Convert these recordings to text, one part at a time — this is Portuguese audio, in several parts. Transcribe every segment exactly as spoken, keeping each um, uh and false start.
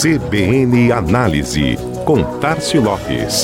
C B N Análise, com Tárcio Lopes.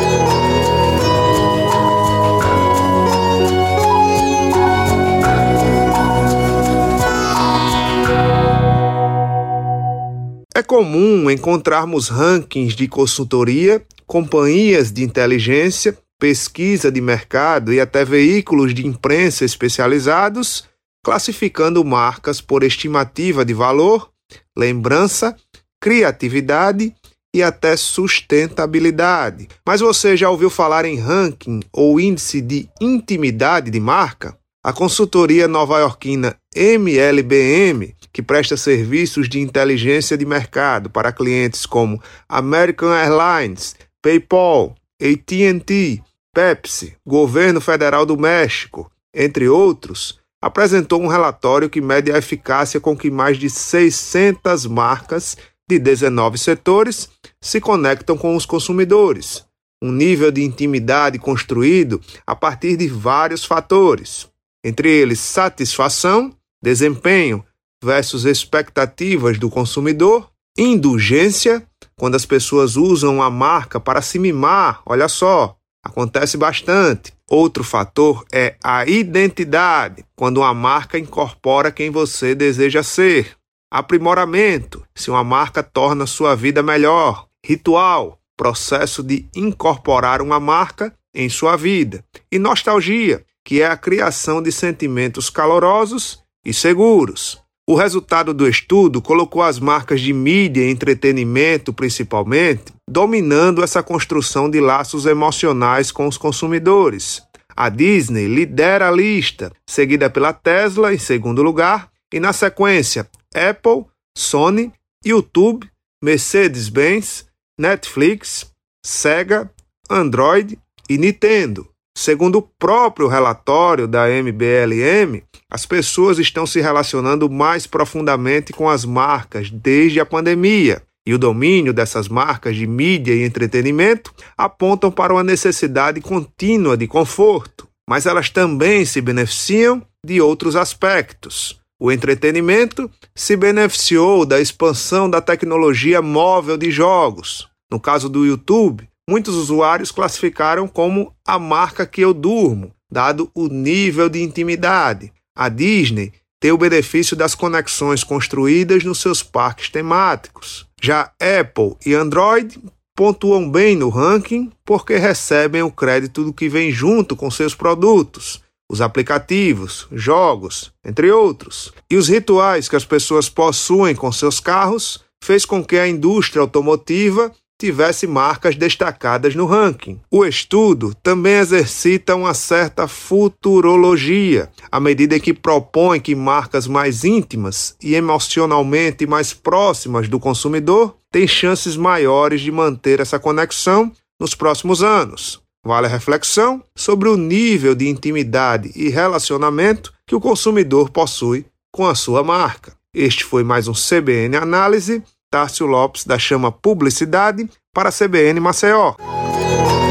É comum encontrarmos rankings de consultoria, companhias de inteligência, pesquisa de mercado e até veículos de imprensa especializados classificando marcas por estimativa de valor, lembrança, criatividade e até sustentabilidade. Mas você já ouviu falar em ranking ou índice de intimidade de marca? A consultoria nova-iorquina M L B M, que presta serviços de inteligência de mercado para clientes como American Airlines, PayPal, A T and T, Pepsi, Governo Federal do México, entre outros, apresentou um relatório que mede a eficácia com que mais de seiscentas marcas de dezenove setores se conectam com os consumidores, um nível de intimidade construído a partir de vários fatores, entre eles satisfação, desempenho versus expectativas do consumidor, indulgência, quando as pessoas usam a marca para se mimar, olha só, acontece bastante. Outro fator é a identidade, quando uma marca incorpora quem você deseja ser. Aprimoramento, se uma marca torna sua vida melhor. Ritual, processo de incorporar uma marca em sua vida. E nostalgia, que é a criação de sentimentos calorosos e seguros. O resultado do estudo colocou as marcas de mídia e entretenimento, principalmente, dominando essa construção de laços emocionais com os consumidores. A Disney lidera a lista, seguida pela Tesla em segundo lugar, e na sequência Apple, Sony, YouTube, Mercedes-Benz, Netflix, Sega, Android e Nintendo. Segundo o próprio relatório da M B L M, as pessoas estão se relacionando mais profundamente com as marcas desde a pandemia, e o domínio dessas marcas de mídia e entretenimento apontam para uma necessidade contínua de conforto, mas elas também se beneficiam de outros aspectos. O entretenimento se beneficiou da expansão da tecnologia móvel de jogos. No caso do YouTube, muitos usuários classificaram como a marca que eu durmo, dado o nível de intimidade. A Disney tem o benefício das conexões construídas nos seus parques temáticos. Já Apple e Android pontuam bem no ranking porque recebem o crédito do que vem junto com seus produtos, os aplicativos, jogos, entre outros. E os rituais que as pessoas possuem com seus carros fez com que a indústria automotiva tivesse marcas destacadas no ranking. O estudo também exercita uma certa futurologia, à medida que propõe que marcas mais íntimas e emocionalmente mais próximas do consumidor têm chances maiores de manter essa conexão nos próximos anos. Vale a reflexão sobre o nível de intimidade e relacionamento que o consumidor possui com a sua marca. Este foi mais um C B N Análise. Tárcio Lopes, da Chama Publicidade, para a C B N Maceió.